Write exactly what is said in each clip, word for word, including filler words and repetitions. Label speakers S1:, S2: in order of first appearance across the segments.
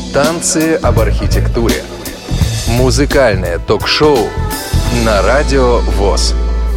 S1: Танцы об архитектуре. Музыкальное ток-шоу на Радио ВОС.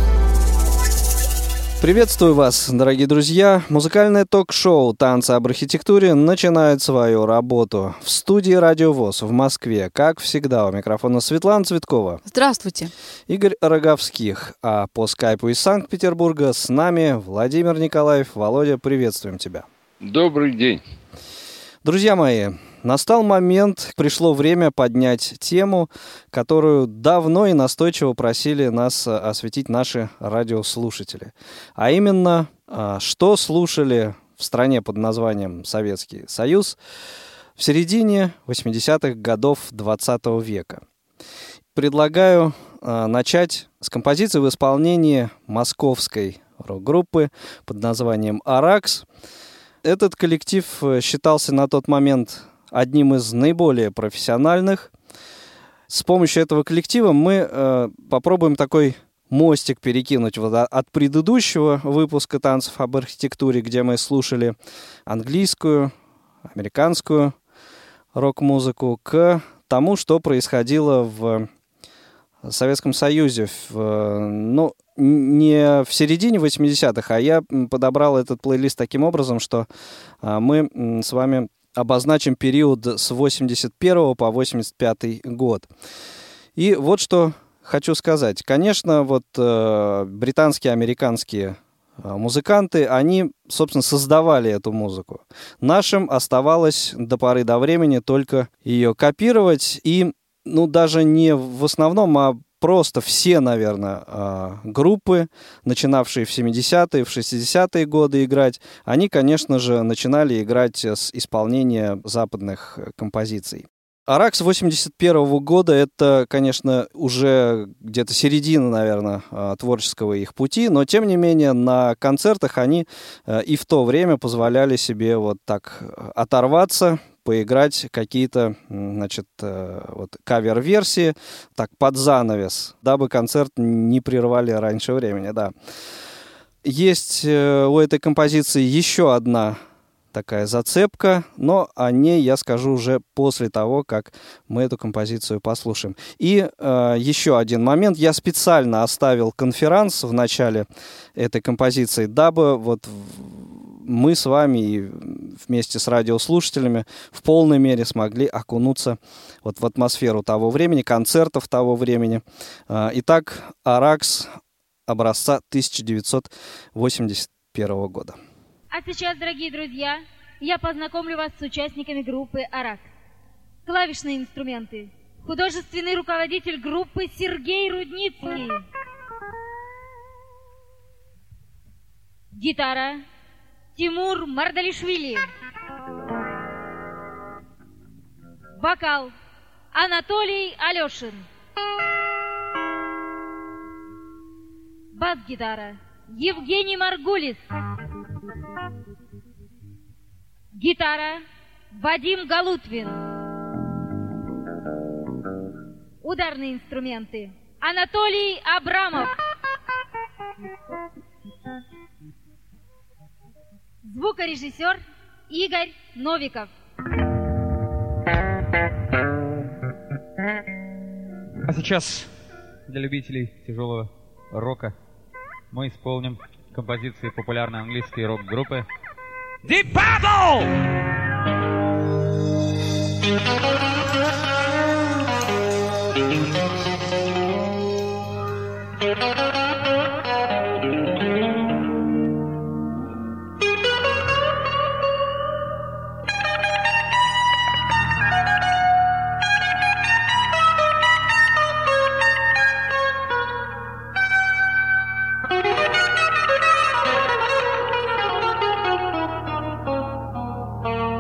S2: Приветствую вас, дорогие друзья. Музыкальное ток-шоу «Танцы об архитектуре» начинает свою работу в студии Радио ВОС в Москве. Как всегда, у микрофона Светлана Цветкова.
S3: Здравствуйте.
S2: Игорь Роговских. А по скайпу из Санкт-Петербурга с нами Владимир Николаев. Володя, приветствуем тебя.
S4: Добрый день.
S2: Друзья мои, настал момент, пришло время поднять тему, которую давно и настойчиво просили нас осветить наши радиослушатели. А именно, что слушали в стране под названием Советский Союз в середине восьмидесятых годов двадцатого века. Предлагаю начать с композиции в исполнении московской рок-группы под названием «Аракс». Этот коллектив считался на тот момент одним из наиболее профессиональных. С помощью этого коллектива мы э, попробуем такой мостик перекинуть вот от предыдущего выпуска «Танцев об архитектуре», где мы слушали английскую, американскую рок-музыку, к тому, что происходило в Советском Союзе, в, ну, не в середине восьмидесятых, а я подобрал этот плейлист таким образом, что а, мы с вами обозначим период с восемьдесят первого по восемьдесят пятый год. И вот что хочу сказать. Конечно, вот э, британские, американские э, музыканты, они, собственно, создавали эту музыку. Нашим оставалось до поры до времени только ее копировать и, ну, даже не в основном, а просто все, наверное, группы, начинавшие в семидесятые, в шестидесятые годы играть, они, конечно же, начинали играть с исполнения западных композиций. «Аракс» восемьдесят первого года — это, конечно, уже где-то середина, наверное, творческого их пути, но, тем не менее, на концертах они и в то время позволяли себе вот так оторваться, поиграть какие-то, значит, вот кавер-версии, так, под занавес, дабы концерт не прервали раньше времени, да. Есть у этой композиции еще одна такая зацепка, но о ней я скажу уже после того, как мы эту композицию послушаем. И э, еще один момент. Я специально оставил конферанс в начале этой композиции, дабы вот мы с вами и вместе с радиослушателями в полной мере смогли окунуться вот в атмосферу того времени, концертов того времени. Итак, «Аракс» образца тысяча девятьсот восемьдесят первого года.
S5: А сейчас, дорогие друзья, я познакомлю вас с участниками группы «Аракс». Клавишные инструменты. Художественный руководитель группы Сергей Рудницкий. Гитара Тимур Мардалишвили. Вокал Анатолий Алешин. Бас-гитара Евгений Маргулис. Гитара Вадим Галутвин. Ударные инструменты Анатолий Абрамов. Звукорежиссер Игорь Новиков.
S6: А сейчас для любителей тяжелого рока мы исполним композиции популярной английской рок-группы Deep Purple!
S7: Oh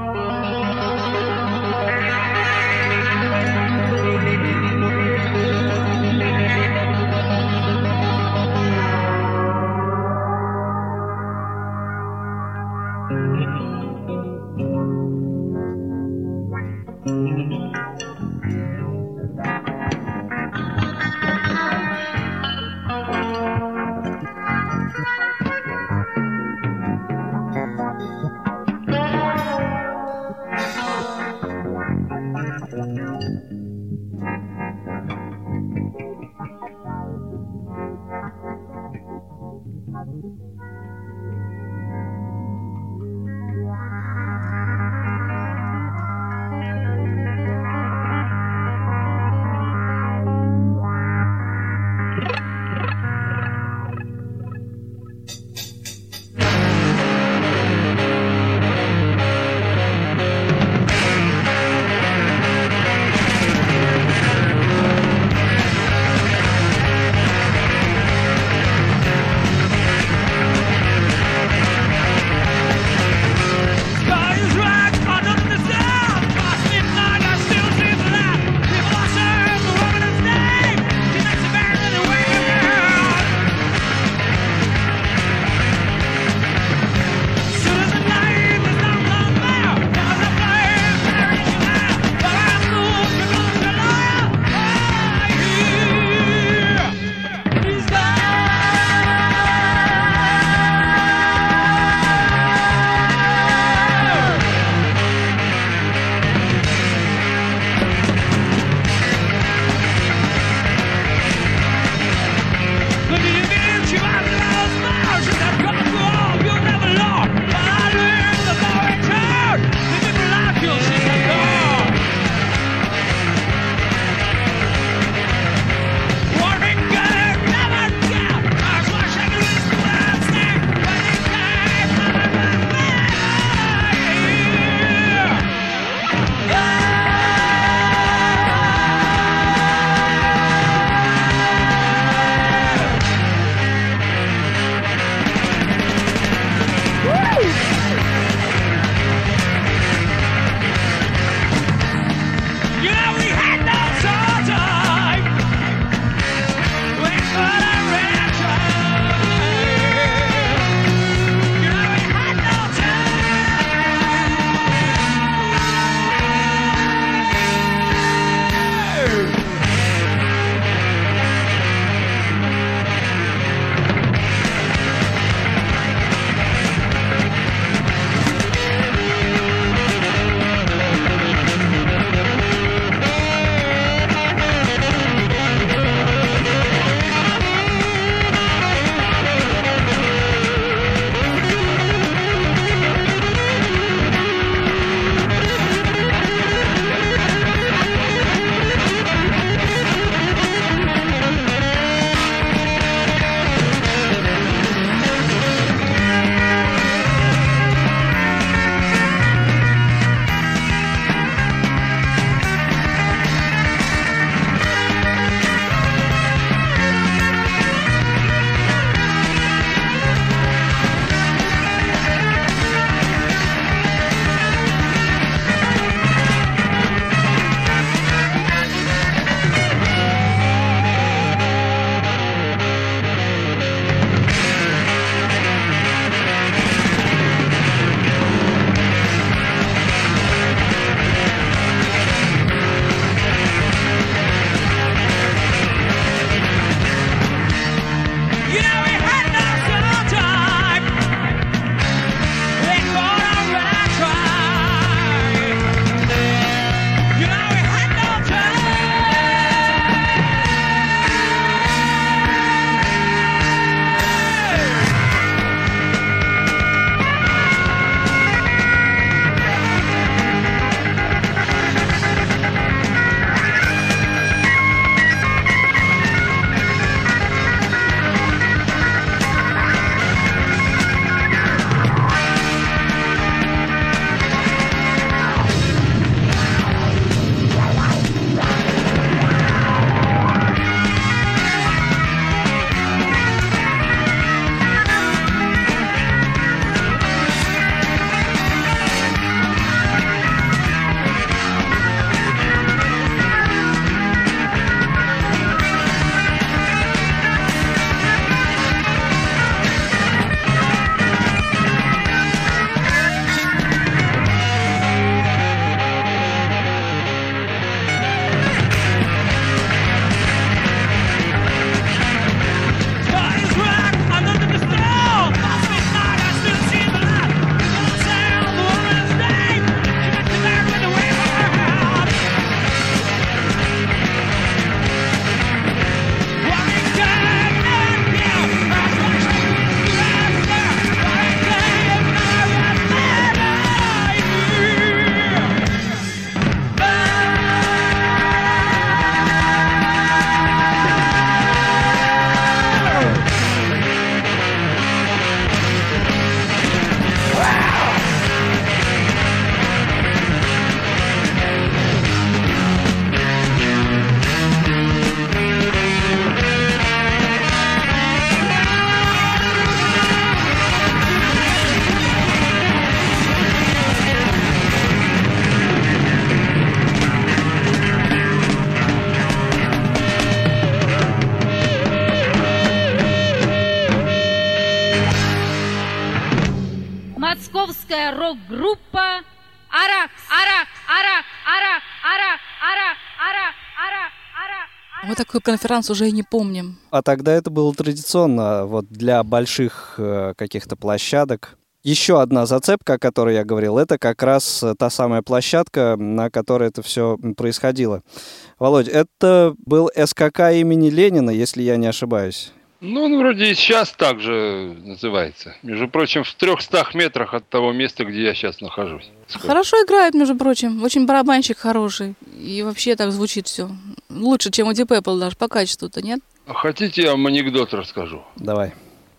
S3: Мы такой конференц уже и не помним.
S2: А тогда это было традиционно вот для больших э, каких-то площадок. Еще одна зацепка, о которой я говорил, это как раз та самая площадка, на которой это все происходило. Володь, это был СКК имени Ленина, если я не ошибаюсь.
S4: Ну, он вроде и сейчас так же называется. Между прочим, в трехстах метрах от того места, где я сейчас нахожусь. Сколько?
S3: Хорошо играет, между прочим. Очень барабанщик хороший. И вообще так звучит все. Лучше, чем у Deep Purple даже по качеству-то, нет?
S4: А хотите, я вам анекдот расскажу?
S2: Давай.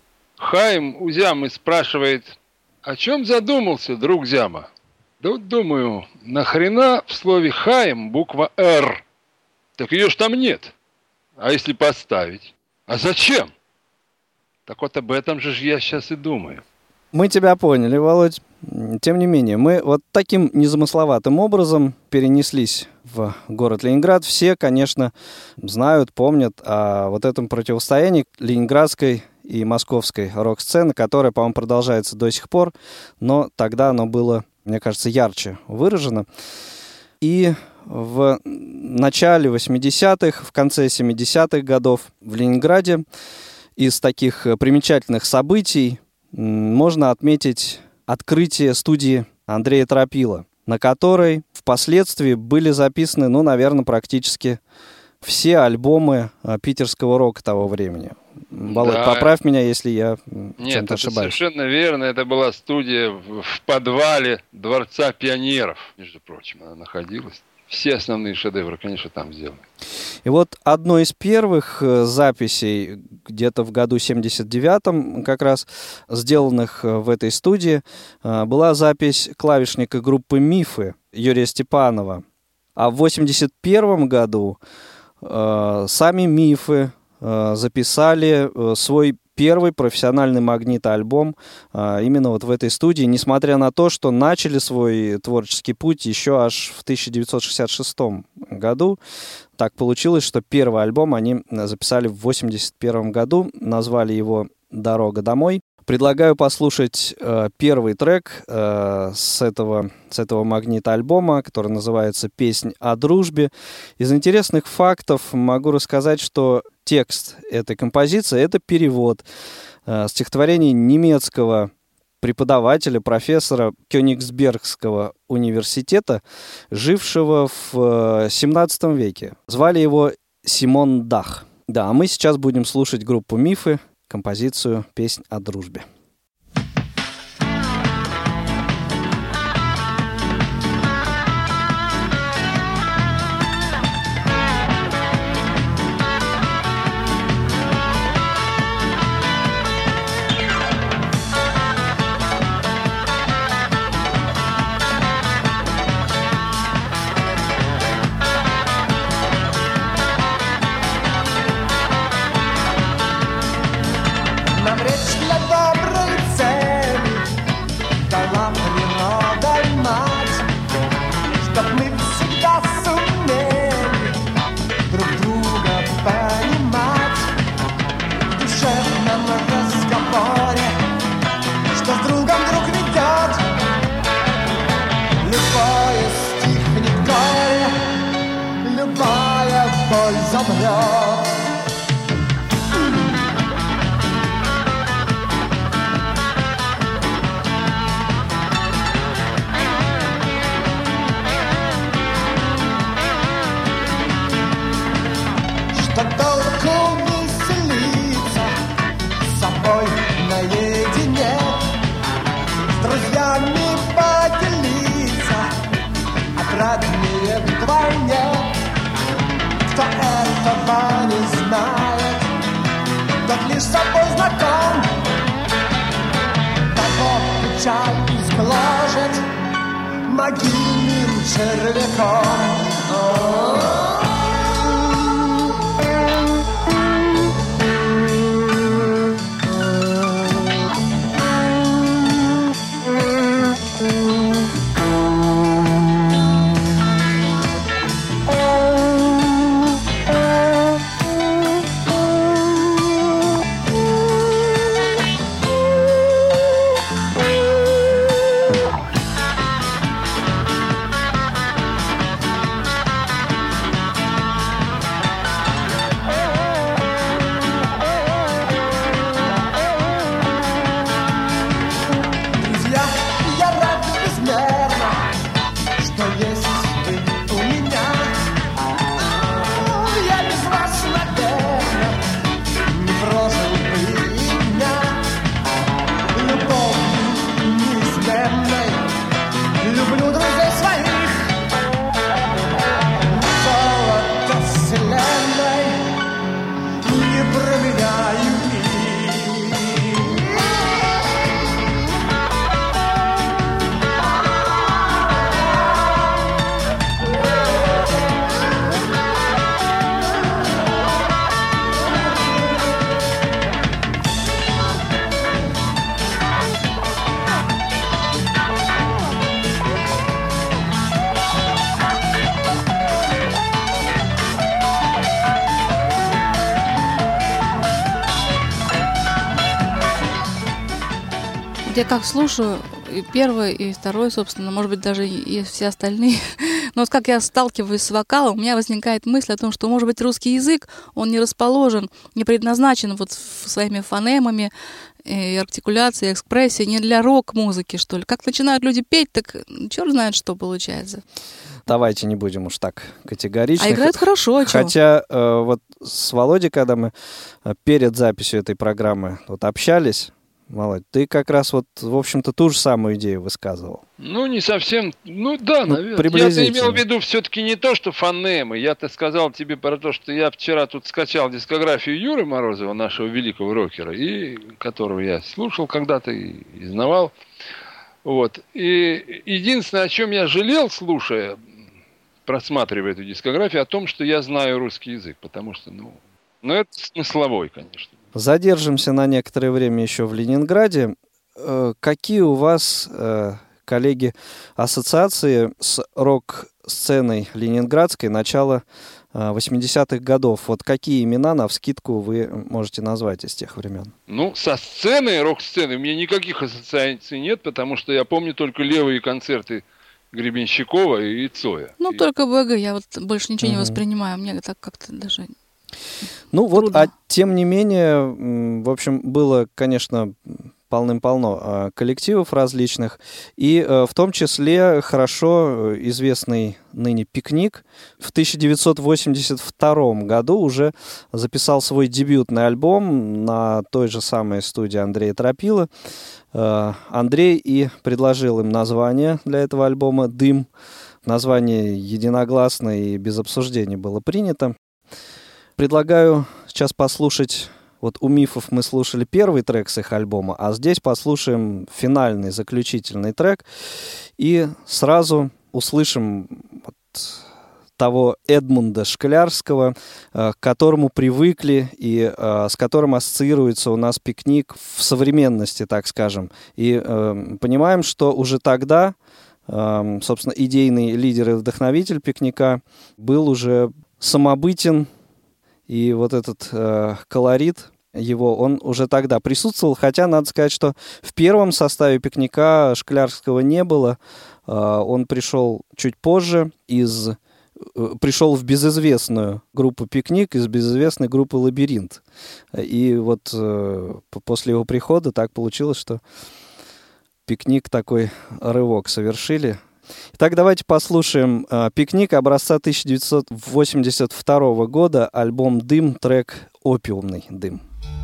S4: Хаим у Зямы спрашивает: о чем задумался, друг Зяма? Да вот думаю, нахрена в слове Хаим буква «Р»? Так ее ж там нет. А если поставить? А зачем? Так вот об этом же я сейчас и думаю.
S2: Мы тебя поняли, Володь. Тем не менее, мы вот таким незамысловатым образом перенеслись в город Ленинград. Все, конечно, знают, помнят о вот этом противостоянии ленинградской и московской рок-сцены, которая, по-моему, продолжается до сих пор, но тогда оно было, мне кажется, ярче выражено. И в начале восьмидесятых, в конце семидесятых годов в Ленинграде из таких примечательных событий можно отметить открытие студии Андрея Тропила, на которой впоследствии были записаны, ну, наверное, практически все альбомы питерского рока того времени. Володь,
S4: да.
S2: Поправь меня, если я
S4: Нет,
S2: чем-то
S4: это
S2: ошибаюсь.
S4: совершенно верно. Это была студия в подвале Дворца пионеров, между прочим, она находилась. Все основные шедевры, конечно, там сделаны.
S2: И вот одной из первых записей, где-то в году семьдесят девятом как раз, сделанных в этой студии, была запись клавишника группы «Мифы» Юрия Степанова. А в восемьдесят первом году э, сами «Мифы» э, записали э, свой первый профессиональный магнит-альбом а, именно вот в этой студии, несмотря на то, что начали свой творческий путь еще аж в тысяча девятьсот шестьдесят шестом году. Так получилось, что первый альбом они записали в восемьдесят первом году, назвали его «Дорога домой». Предлагаю послушать э, первый трек э, с этого, с этого магнит-альбома, который называется «Песнь о дружбе». Из интересных фактов могу рассказать, что текст этой композиции — это перевод э, стихотворений немецкого преподавателя, профессора Кёнигсбергского университета, жившего в семнадцатом веке. Звали его Симон Дах. Да, а мы сейчас будем слушать группу «Мифы», композицию «Песнь о дружбе».
S7: Могильным червяком. что есть ты у меня. Я без вас, наверное, не прожил бы и дня. Любовью неизменной люблю друзей своих. Золото вселенной не променяю их.
S3: Я как слушаю и первый, и второй, собственно, может быть, даже и все остальные. Но вот как я сталкиваюсь с вокалом, у меня возникает мысль о том, что, может быть, русский язык, он не расположен, не предназначен вот своими фонемами, и артикуляцией, и экспрессией не для рок-музыки, что ли. Как начинают люди петь, так черт знает, что получается.
S2: Давайте не будем уж так категорично.
S3: А играют хорошо, а
S2: Хотя э, вот с Володей, когда мы перед записью этой программы вот общались, Володь, ты как раз вот, в общем-то, ту же самую идею высказывал.
S4: Ну, не совсем, ну да,
S2: Ну,
S4: наверное.
S2: приблизительно.
S4: Я-то имел в виду все-таки не то, что фонемы. Я-то сказал тебе про то, что я вчера тут скачал дискографию Юры Морозова, нашего великого рокера, и которого я слушал когда-то и изнавал. Вот. И единственное, о чем я жалел, слушая, просматривая эту дискографию, о том, что я знаю русский язык, потому что, ну, ну это смысловой, конечно.
S2: Задержимся на некоторое время еще в Ленинграде. Э, какие у вас, э, коллеги, ассоциации с рок-сценой ленинградской начала э, восьмидесятых годов? Вот какие имена навскидку вы можете назвать из тех времен?
S4: Ну, со сценой, рок-сценой, у меня никаких ассоциаций нет, потому что я помню только левые концерты Гребенщикова и Цоя.
S3: Ну,
S4: и...
S3: только БГ, я вот больше ничего
S2: Угу.
S3: не воспринимаю, мне так как-то даже...
S2: Ну вот,
S3: Трудно.
S2: а тем не менее, в общем, было, конечно, полным-полно коллективов различных, и в том числе хорошо известный ныне «Пикник» в тысяча девятьсот восемьдесят втором году уже записал свой дебютный альбом на той же самой студии Андрея Тропила. Андрей и предложил им название для этого альбома «Дым». Название единогласно и без обсуждений было принято. Предлагаю сейчас послушать, вот у «Мифов» мы слушали первый трек с их альбома, а здесь послушаем финальный, заключительный трек, и сразу услышим вот того Эдмунда Шклярского, к которому привыкли и с которым ассоциируется у нас «Пикник» в современности, так скажем. И понимаем, что уже тогда, собственно, идейный лидер и вдохновитель «Пикника» был уже самобытен. И вот этот э, колорит его, он уже тогда присутствовал. Хотя, надо сказать, что в первом составе «Пикника» Шклярского не было. Э, он пришел чуть позже, из, э, пришел в безызвестную группу «Пикник», из безызвестной группы «Лабиринт». И вот э, после его прихода так получилось, что «Пикник» такой рывок совершили. Итак, давайте послушаем э, «Пикник» образца тысяча девятьсот восемьдесят второго года, альбом «Дым», трек «Опиумный дым».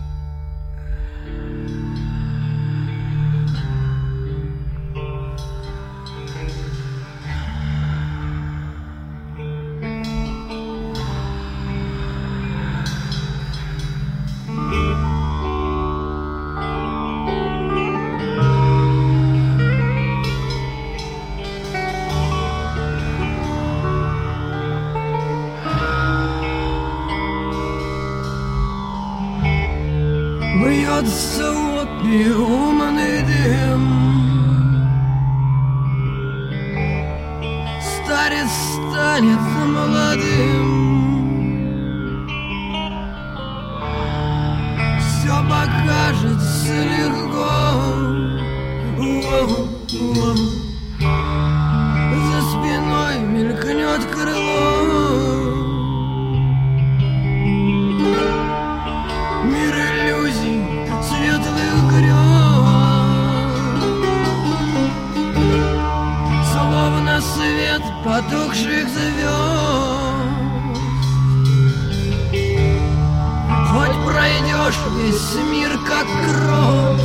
S7: Бьется опиумный дым, старец станет молодым, все покажется легко. Воу-воу. За спиной мелькнет крыло. Мир иллюзий, светлых грез, словно на свет потухших звезд. Хоть пройдешь весь мир как крот,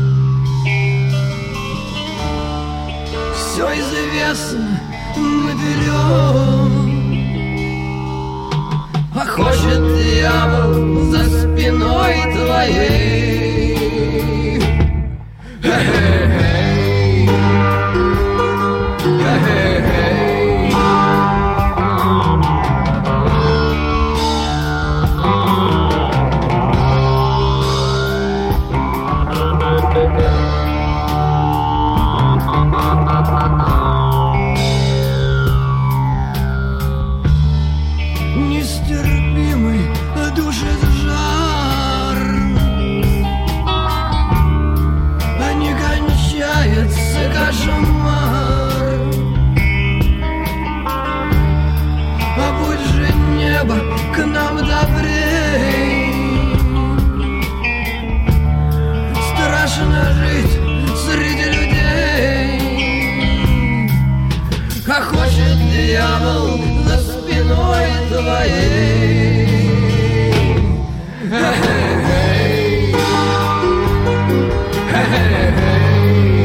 S7: все известно наперед. А хочет дьявол за спиной твоей. Хе-хе-хей. Хе-хе-хей. Нестерпимый душит жар, а не кончается кошмар. А будь же небо к нам добрей, страшно жить среди людей. А хочет дьявол за спиной твоей. Хе-хе-хей. Хе-хе-хей.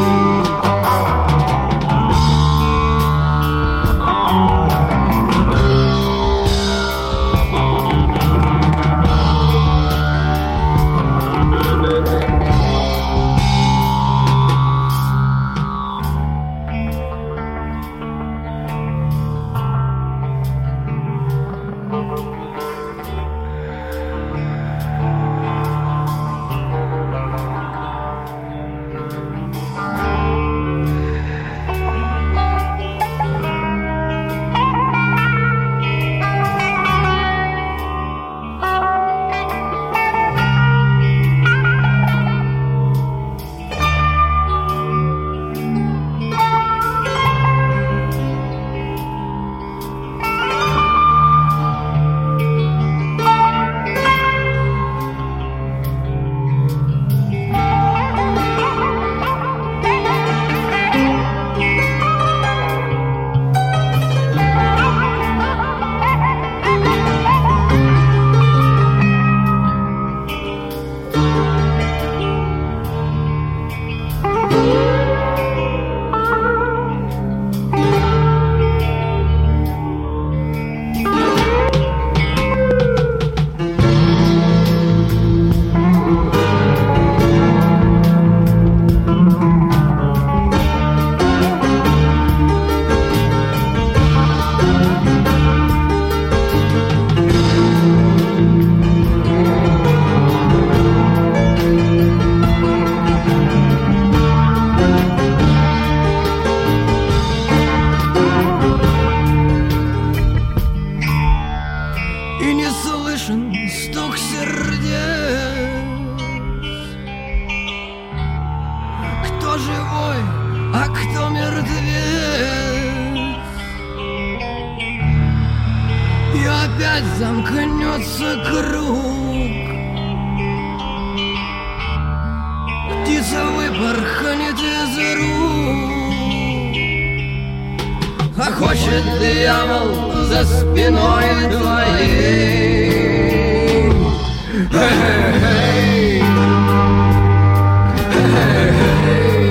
S7: Замкнется круг, птица выпорхнет из рук. А хочет дьявол за спиной твоей. Хе-хе-хей. Хе-хе-хей.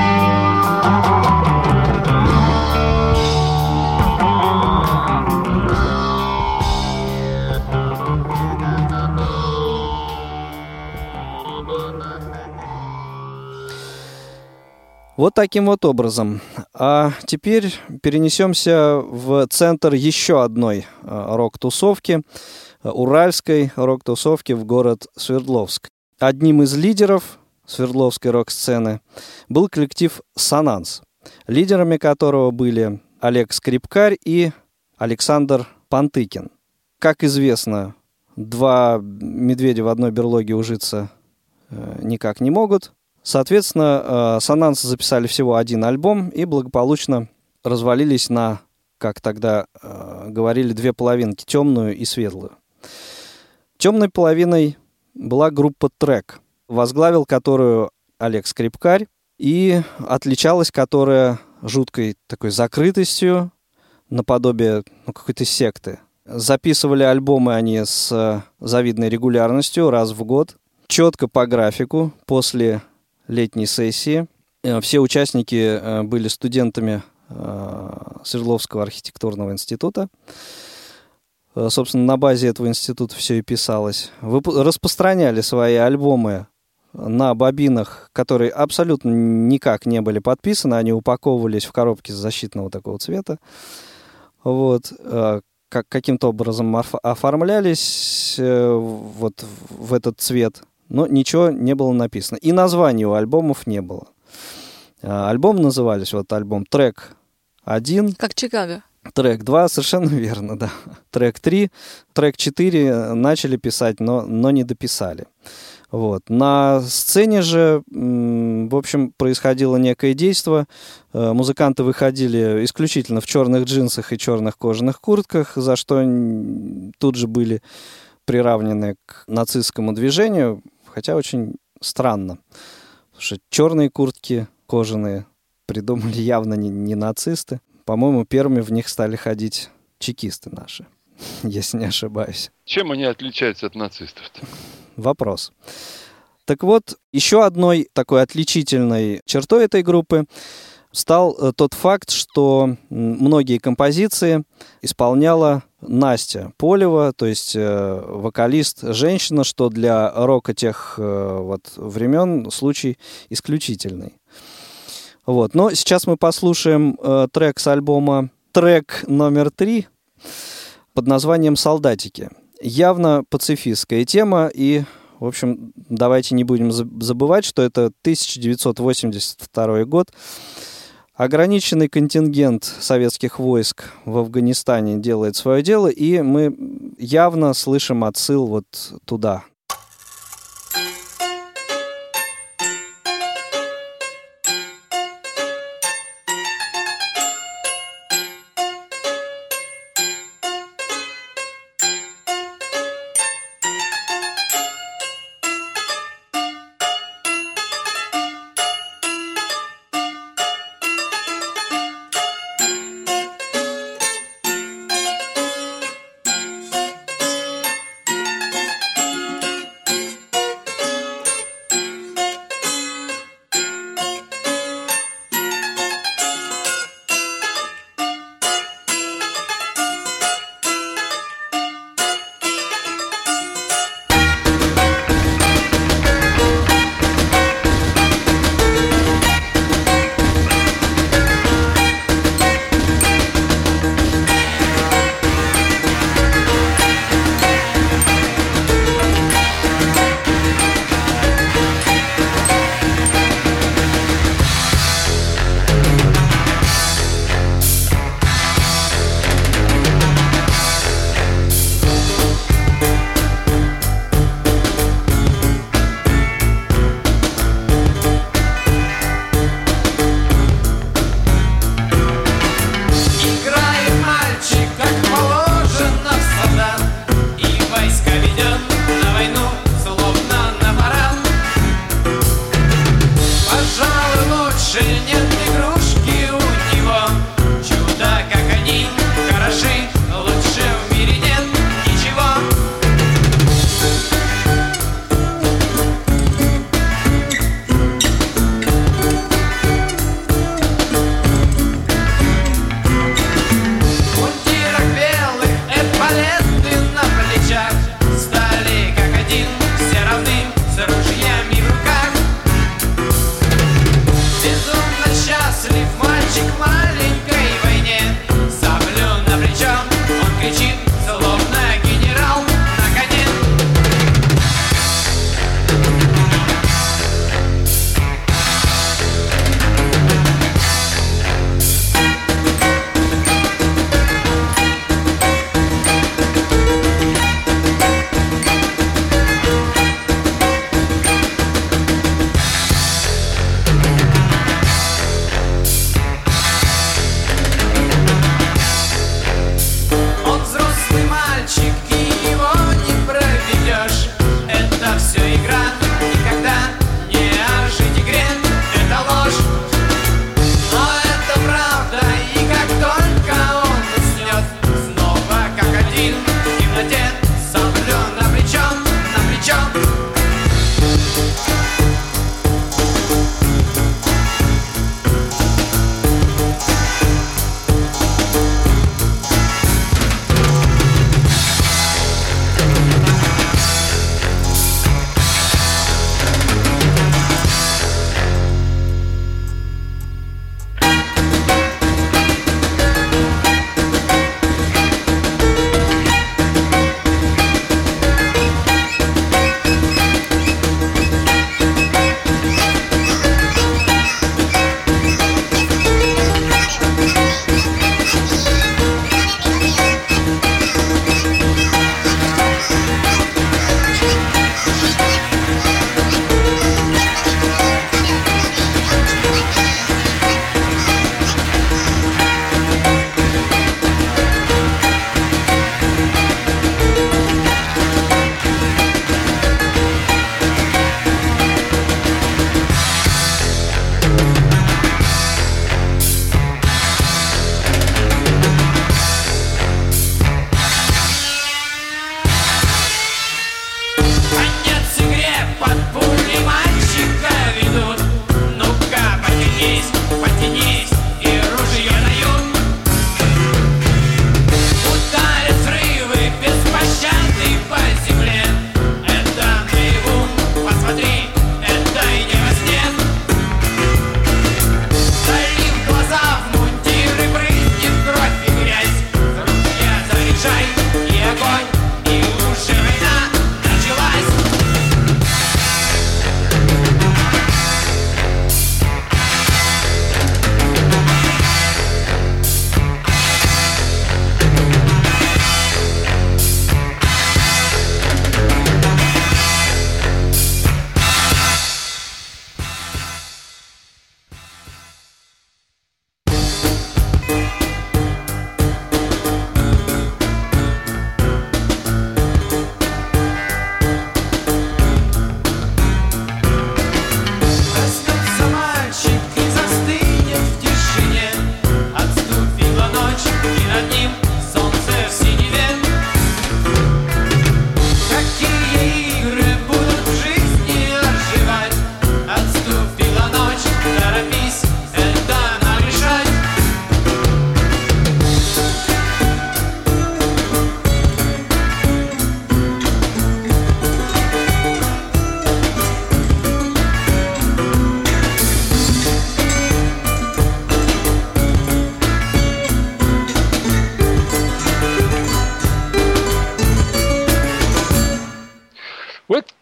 S2: Вот таким вот образом. А теперь перенесемся в центр еще одной рок-тусовки, уральской рок-тусовки в город Свердловск. Одним из лидеров Свердловской рок-сцены был коллектив «Сонанс», лидерами которого были Олег Скрипкарь и Александр Пантыкин. Как известно, два медведя в одной берлоге ужиться никак не могут. Соответственно, «Сонанс» записали всего один альбом и благополучно развалились на, как тогда говорили, две половинки, темную и светлую. Темной половиной была группа «Трек», возглавил которую Олег Скрипкарь, и отличалась которая жуткой такой закрытостью, наподобие ну, какой-то секты. Записывали альбомы они с завидной регулярностью, раз в год, четко по графику, после летней сессии. Все участники были студентами Свердловского архитектурного института. Собственно, на базе этого института все и писалось. Вып- распространяли свои альбомы на бобинах, которые абсолютно никак не были подписаны. Они упаковывались в коробки защитного такого цвета. Вот. Как, каким-то образом оформлялись вот в этот цвет, но ничего не было написано. И названий у альбомов не было. Альбом назывались, вот альбом «Трек один».
S3: Как Чикаго.
S2: Трек два, совершенно верно, да. Трек три, трек четыре начали писать, но, но не дописали. Вот. На сцене же, в общем, происходило некое действо. Музыканты выходили исключительно в черных джинсах и черных кожаных куртках, за что тут же были приравнены к нацистскому движению, хотя очень странно. Потому что черные куртки кожаные придумали явно не, не нацисты. По-моему, первыми в них стали ходить чекисты наши, если не ошибаюсь.
S4: Чем они отличаются от нацистов-то?
S2: Вопрос. Так вот, еще одной такой отличительной чертой этой группы стал тот факт, что многие композиции исполняла Настя Полева, то есть вокалист-женщина, что для рока тех вот времен случай исключительный. Вот. Но сейчас мы послушаем э, трек с альбома, трек номер три под названием «Солдатики». Явно пацифистская тема, и, в общем, давайте не будем забывать, что это тысяча девятьсот восемьдесят второй год. Ограниченный контингент советских войск в Афганистане делает свое дело, и мы явно слышим отсыл вот туда.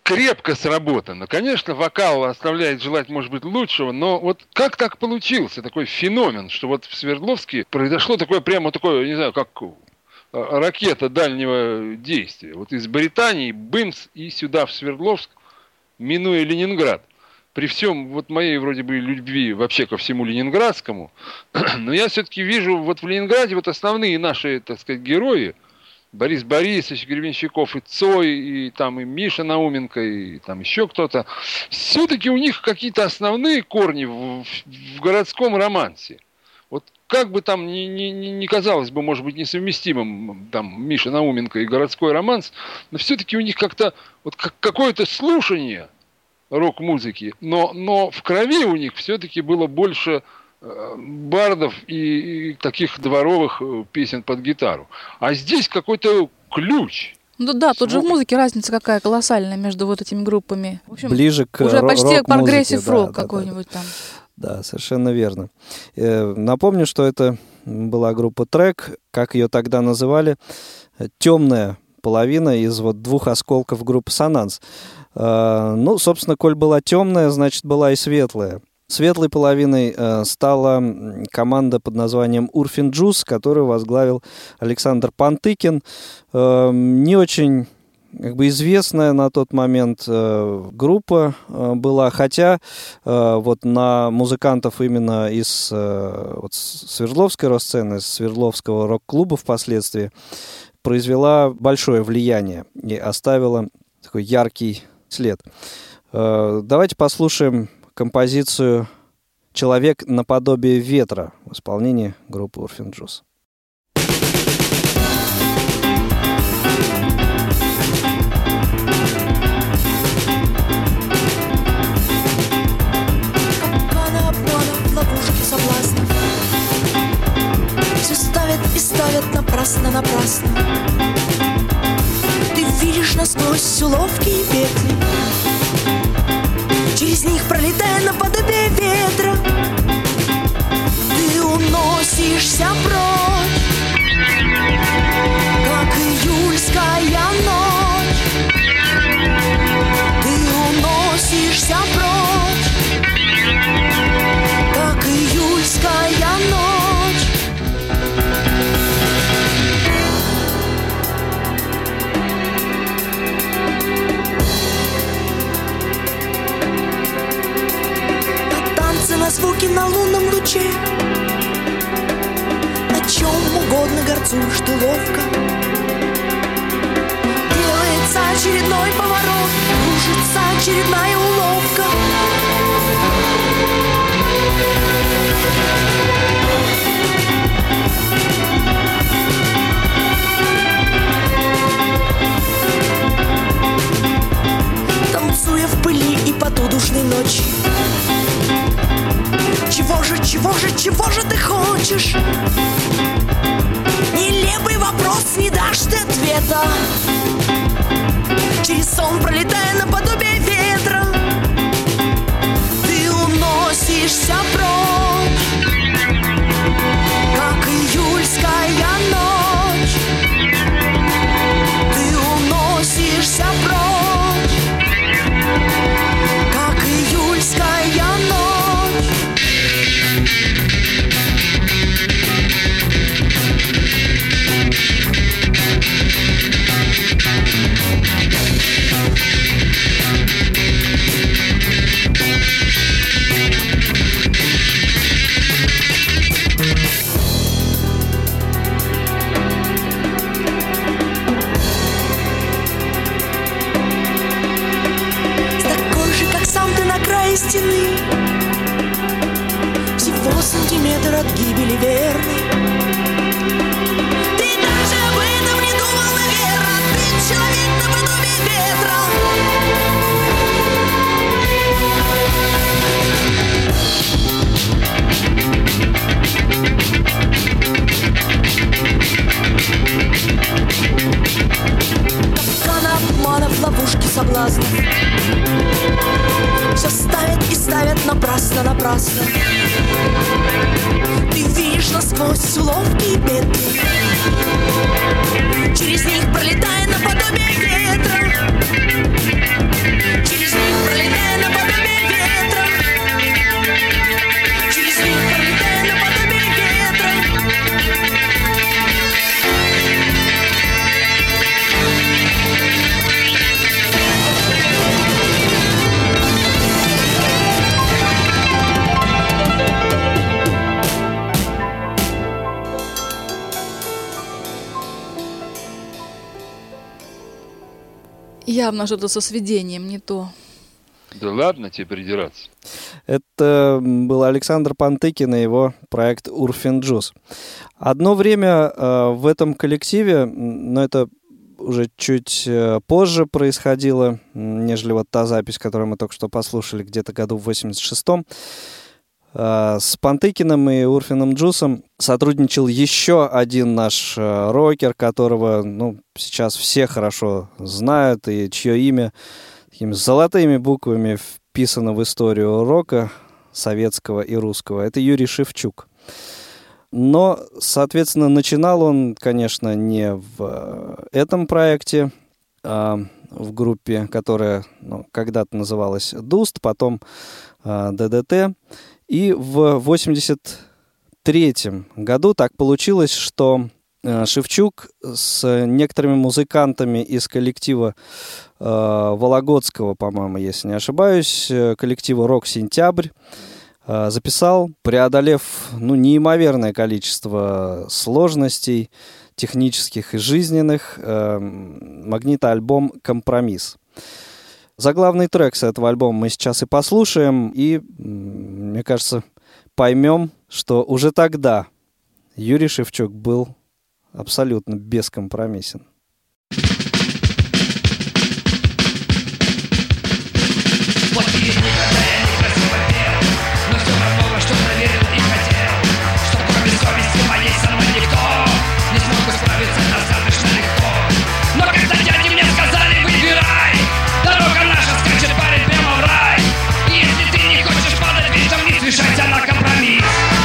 S4: крепко сработано. Конечно, вокал оставляет желать, может быть, лучшего, но вот как так получился такой феномен, что вот в Свердловске произошло такое прямо такое, не знаю, как ракета дальнего действия. Вот из Британии, бымс, и сюда, в Свердловск, минуя Ленинград. При всем вот моей вроде бы любви вообще ко всему ленинградскому, но я все-таки вижу вот в Ленинграде вот основные наши, так сказать, герои, Борис Борисович, Гребенщиков, и Цой, и там и Миша Науменко, и там еще кто-то, все-таки у них какие-то основные корни в, в городском романсе. Вот как бы там ни, ни, ни казалось бы, может быть, несовместимым там Миша Науменко и городской романс, но все-таки у них как-то вот как, какое-то слушание рок-музыки, но, но в крови у них все-таки было больше э, бардов и, и таких дворовых песен под гитару. А здесь какой-то ключ.
S3: Ну да, тут же в музыке разница какая колоссальная между вот этими группами. В общем,
S2: ближе к
S3: уже почти прогрессив
S2: да,
S3: рок
S2: да,
S3: какой-нибудь
S2: да,
S3: там.
S2: Да, совершенно верно. Э, напомню, что это была группа Трек, как ее тогда называли, темная половина из вот двух осколков группы Сонанс. Э, ну, собственно, коль была темная, значит, была и светлая. Светлой половиной э, стала команда под названием Урфин Джюс, которую возглавил Александр Пантыкин. Э, не очень как бы известная на тот момент э, группа э, была, хотя э, вот на музыкантов именно из э, вот Свердловской рок-сцены, из Свердловского рок-клуба впоследствии произвела большое влияние и оставила такой яркий след. Э, давайте послушаем композицию «Человек наподобие ветра» в исполнении группы Урфин Джюс.
S8: Все ставят и ставят напрасно, напрасно. Ты видишь насквозь уловки и петли, через них пролетая наподобие ветра. Ты уносишься прочь, как июльская ночь. Ты уносишься прочь, как июльская ночь. На звуки на лунном луче, о чем угодно горцуешь ты ловко. Делается очередной поворот, кружится очередная уловка. Танцуя в пыли и под удушной ночи, чего же, чего же, чего же ты хочешь? Нелепый вопрос, не дашь ты ответа. Через сон пролетая наподобие ветра, ты уносишься прочь, как июльская ночь. Ты уносишься прочь, как июльская ночь. Стены, всего сантиметр от гибели верный. Ты даже об этом не думал, наверное. Ты человек наподобие ветра. Капканы обманов, ловушки соблазнов, все ставят и ставят напрасно, напрасно. Ты видишь насквозь уловки и петли, через них пролетая наподобие ветра.
S3: Явно что-то со сведением не то.
S4: Да ладно тебе придираться.
S2: Это был Александр Пантыкин и его проект «Урфин Джуз». Одно время э, в этом коллективе, но это уже чуть э, позже происходило, нежели вот та запись, которую мы только что послушали, где-то году в восемьдесят шестом, э, с Пантыкиным и Урфином Джусом сотрудничал еще один наш э, рокер, которого ну, сейчас все хорошо знают, и чье имя такими золотыми буквами вписано в историю рока советского и русского. Это Юрий Шевчук. Но, соответственно, начинал он, конечно, не в этом проекте, а в группе, которая ну, когда-то называлась «Дуст», потом а, «ДДТ». И в восемьдесят третьем году так получилось, что а, Шевчук с некоторыми музыкантами из коллектива а, Вологодского, по-моему, если не ошибаюсь, коллектива «Рок-Сентябрь», записал, преодолев ну, неимоверное количество сложностей технических и жизненных, э, магнитоальбом «Компромисс». Заглавный трек с этого альбома мы сейчас и послушаем, и, мне кажется, поймем, что уже тогда Юрий Шевчук был абсолютно бескомпромиссен.
S9: Решайся на компромисс.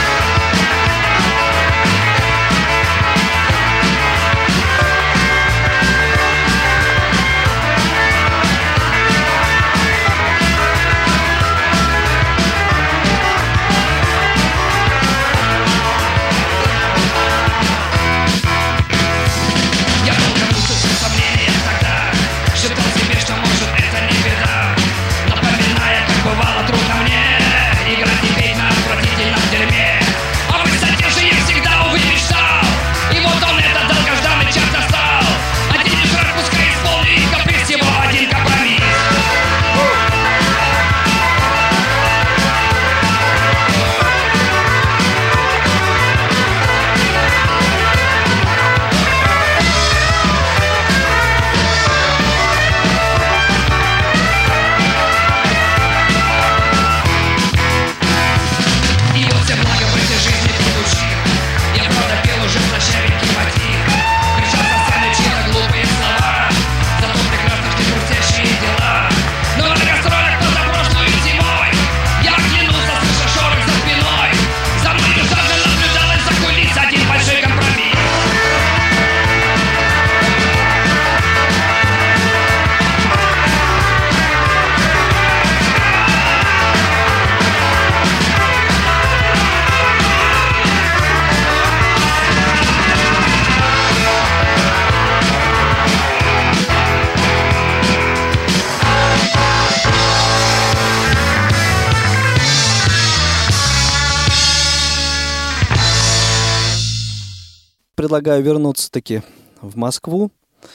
S2: Предлагаю вернуться-таки в Москву.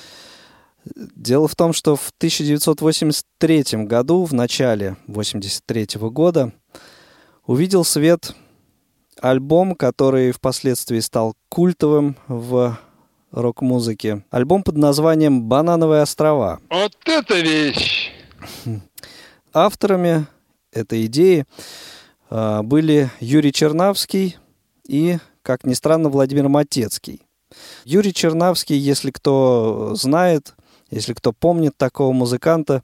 S2: Дело в том, что в тысяча девятьсот восемьдесят третьем году, в начале восемьдесят третьего года, увидел свет альбом, который впоследствии стал культовым в рок-музыке. Альбом под названием «Банановые острова».
S4: Вот это вещь!
S2: Авторами этой идеи э, были Юрий Чернавский и, как ни странно, Владимир Матецкий. Юрий Чернавский, если кто знает, если кто помнит такого музыканта,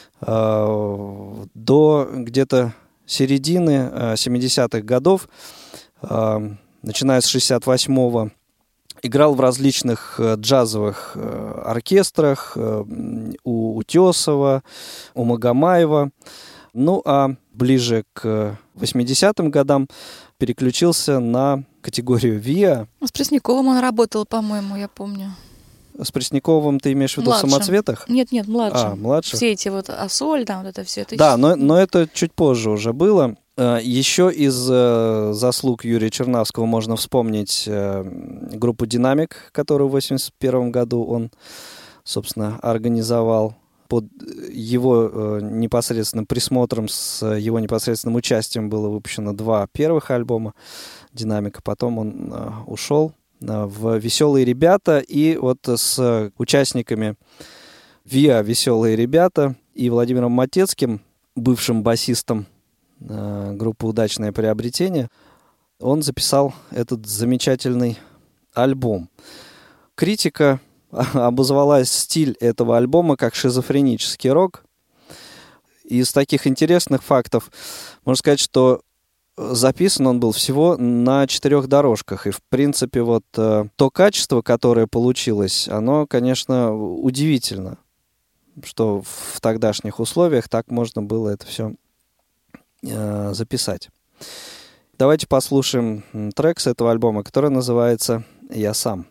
S2: э, до где-то середины э, семидесятых годов, э, начиная с шестьдесят восьмого, играл в различных э, джазовых э, оркестрах э, у Утесова, у Магомаева. Ну а ближе к восьмидесятым годам переключился на категорию ВИА.
S3: С Пресняковым он работал, по-моему, я помню.
S2: С Пресняковым ты имеешь в виду
S3: Младшим.
S2: в «Самоцветах»?
S3: Нет, нет, младшим.
S2: А, младшим.
S3: Все эти вот Ассоль, там вот это все. Это
S2: да,
S3: еще...
S2: но, но это чуть позже уже было. Еще из э, заслуг Юрия Чернавского можно вспомнить э, группу «Динамик», которую в восемьдесят первом году он, собственно, организовал. под его э, непосредственным присмотром, с его непосредственным участием было выпущено два первых альбома «Динамика». Потом он э, ушел э, в «Веселые ребята». И вот с участниками ВИА «Веселые ребята» и Владимиром Матецким, бывшим басистом э, группы «Удачное приобретение», он записал этот замечательный альбом. Критика обозвала стиль этого альбома как шизофренический рок. Из таких интересных фактов можно сказать, что записан он был всего на четырех дорожках. И, в принципе, вот э, то качество, которое получилось, оно, конечно, удивительно, что в тогдашних условиях так можно было это все э, записать. Давайте послушаем трек с этого альбома, который называется «Я сам».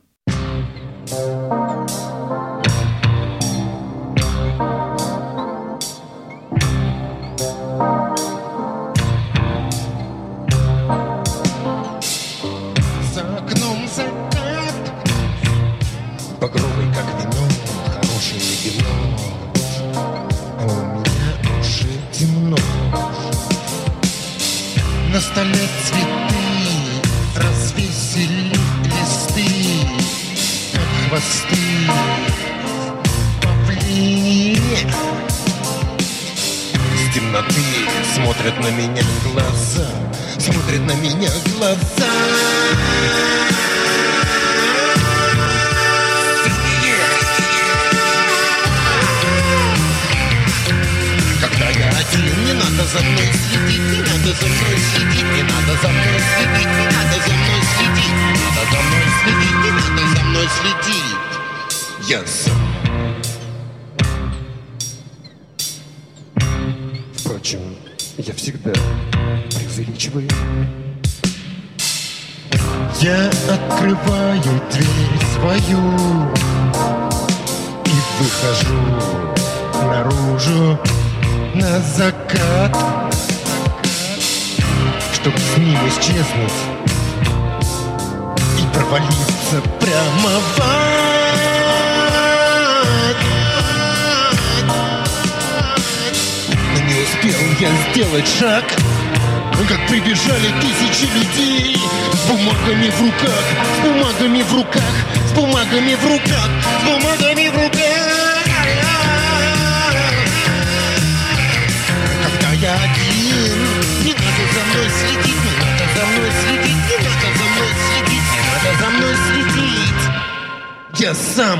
S10: За окном закат, багровый как вино, хорошее вино, а у меня уже темно. На столе цветы развесили листы, как хвосты павлини. Из темноты смотрят на меня глаза, смотрят на меня глаза. Когда я один, не надо за мной следить, не надо за мной следить, не надо за мной следить, не надо за мной следить, не надо за мной следить, не надо за мной следить. Я сам. Впрочем, я всегда преувеличиваю. Я открываю дверь свою и выхожу наружу на закат, чтоб с ним исчезнуть и провалиться прямо в ад. Но не успел я сделать шаг, как прибежали тысячи людей с бумагами в руках, с бумагами в руках, с бумагами в руках, с бумагами в руках. Когда я один, не надо за мной следить, не надо за мной следить, не надо за мной следить, не надо за мной следить. Я сам.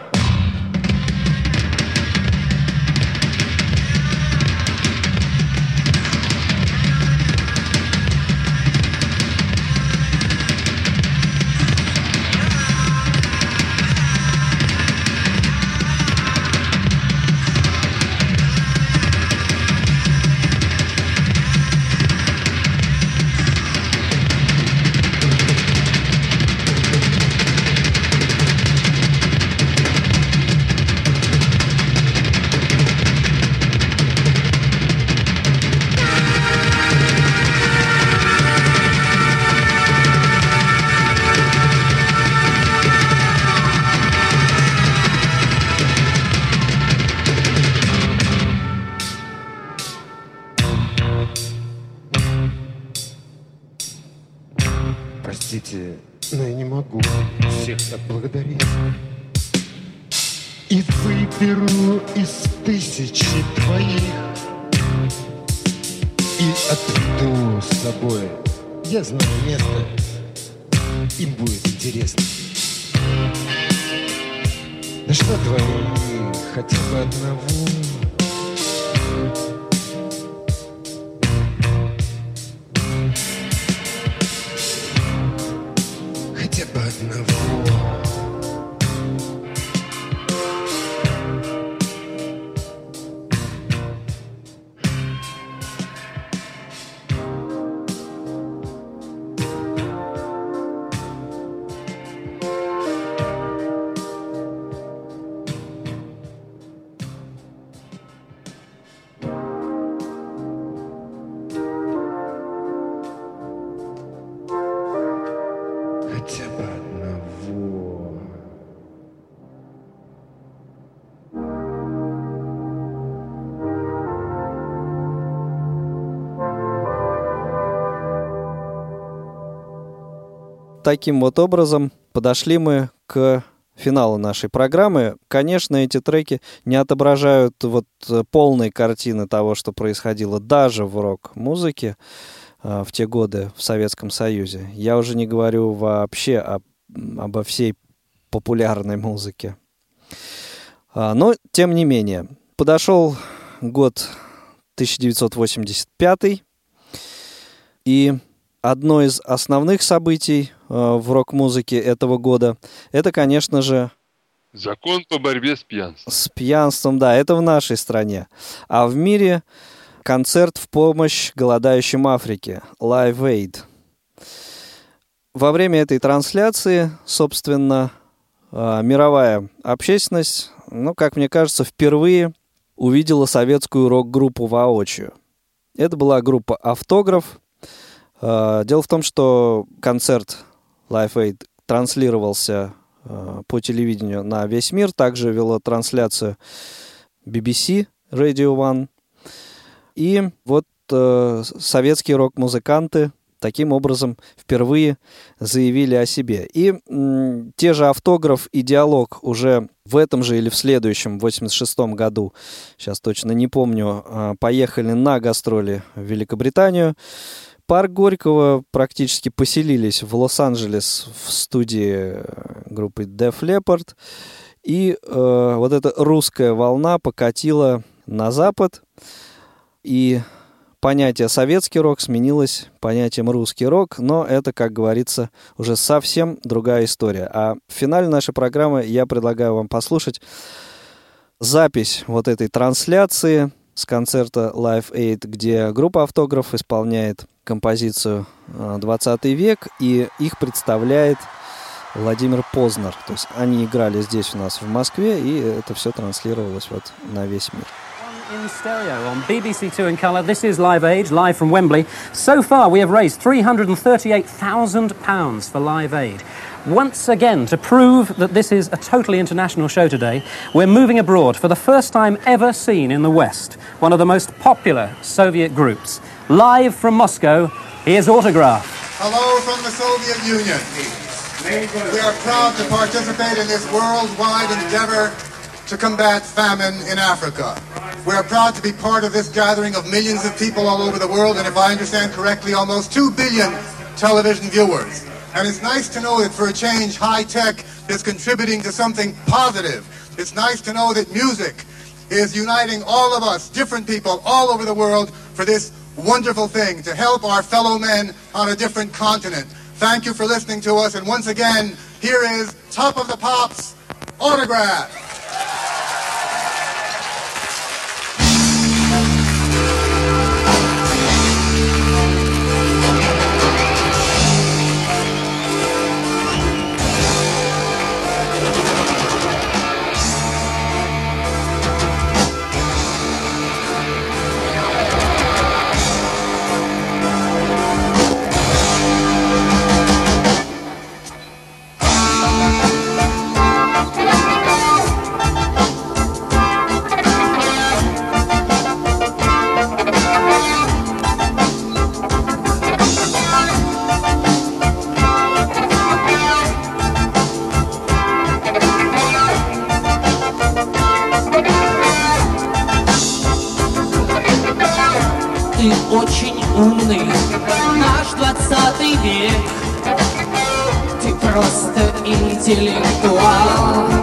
S10: Простите, но я не могу всех отблагодарить. И выберу из тысячи твоих и отведу с собой. Я знаю место, им будет интересно. Да что двоих, хотя бы одного. Хотя бы одного. Хотя бы одного.
S2: таким вот образом подошли мы к финалу нашей программы. Конечно, эти треки не отображают вот полной картины того, что происходило даже в рок-музыке в те годы в Советском Союзе. Я уже не говорю вообще об, обо всей популярной музыке. Но, тем не менее, подошел год тысяча девятьсот восемьдесят пятый, и одно из основных событий э, в рок-музыке этого года — это, конечно же...
S4: Закон по борьбе с пьянством.
S2: С пьянством, да, это в нашей стране. А в мире концерт в помощь голодающим Африке, Live Aid. Во время этой трансляции, собственно, э, мировая общественность, ну, как мне кажется, впервые увидела советскую рок-группу воочию. Это была группа «Автограф». Дело в том, что концерт Live Aid транслировался по телевидению на весь мир, также вело трансляцию би би си Radio One. И вот э, советские рок-музыканты таким образом впервые заявили о себе. И м, те же «Автограф» и «Диалог» уже в этом же или в следующем, в восемьдесят шестом году, сейчас точно не помню, э, поехали на гастроли в Великобританию. Парк Горького практически поселились в Лос-Анджелес в студии группы Def Leppard. И э, вот эта русская волна покатила на запад. И понятие «советский рок» сменилось понятием «русский рок». Но это, как говорится, уже совсем другая история. А в финале нашей программы я предлагаю вам послушать запись вот этой трансляции с концерта Live Aid, где группа «Автограф» исполняет композицию «двадцатый век», и их представляет Владимир Познер. То есть они играли здесь у нас в Москве, и это все транслировалось вот на весь мир.
S11: In stereo on B B C Two in colour. This is Live Aid, live from Wembley. So far we have raised three hundred thirty-eight thousand pounds for Live Aid. Once again, to prove that this is a totally international show today, we're moving abroad for the first time ever seen in the West. One of the most popular Soviet groups. Live from Moscow, here's Autograph.
S12: Hello from the Soviet Union. We are proud to participate in this worldwide endeavor to combat famine in Africa. We are proud to be part of this gathering of millions of people all over the world, and if I understand correctly, almost two billion television viewers. And it's nice to know that for a change, high tech is contributing to something positive. It's nice to know that music is uniting all of us, different people all over the world, for this wonderful thing, to help our fellow men on a different continent. Thank you for listening to us, and once again, here is Top of the Pops, Autograph.
S13: Ты очень умный, наш двадцатый век. Ты просто интеллектуал.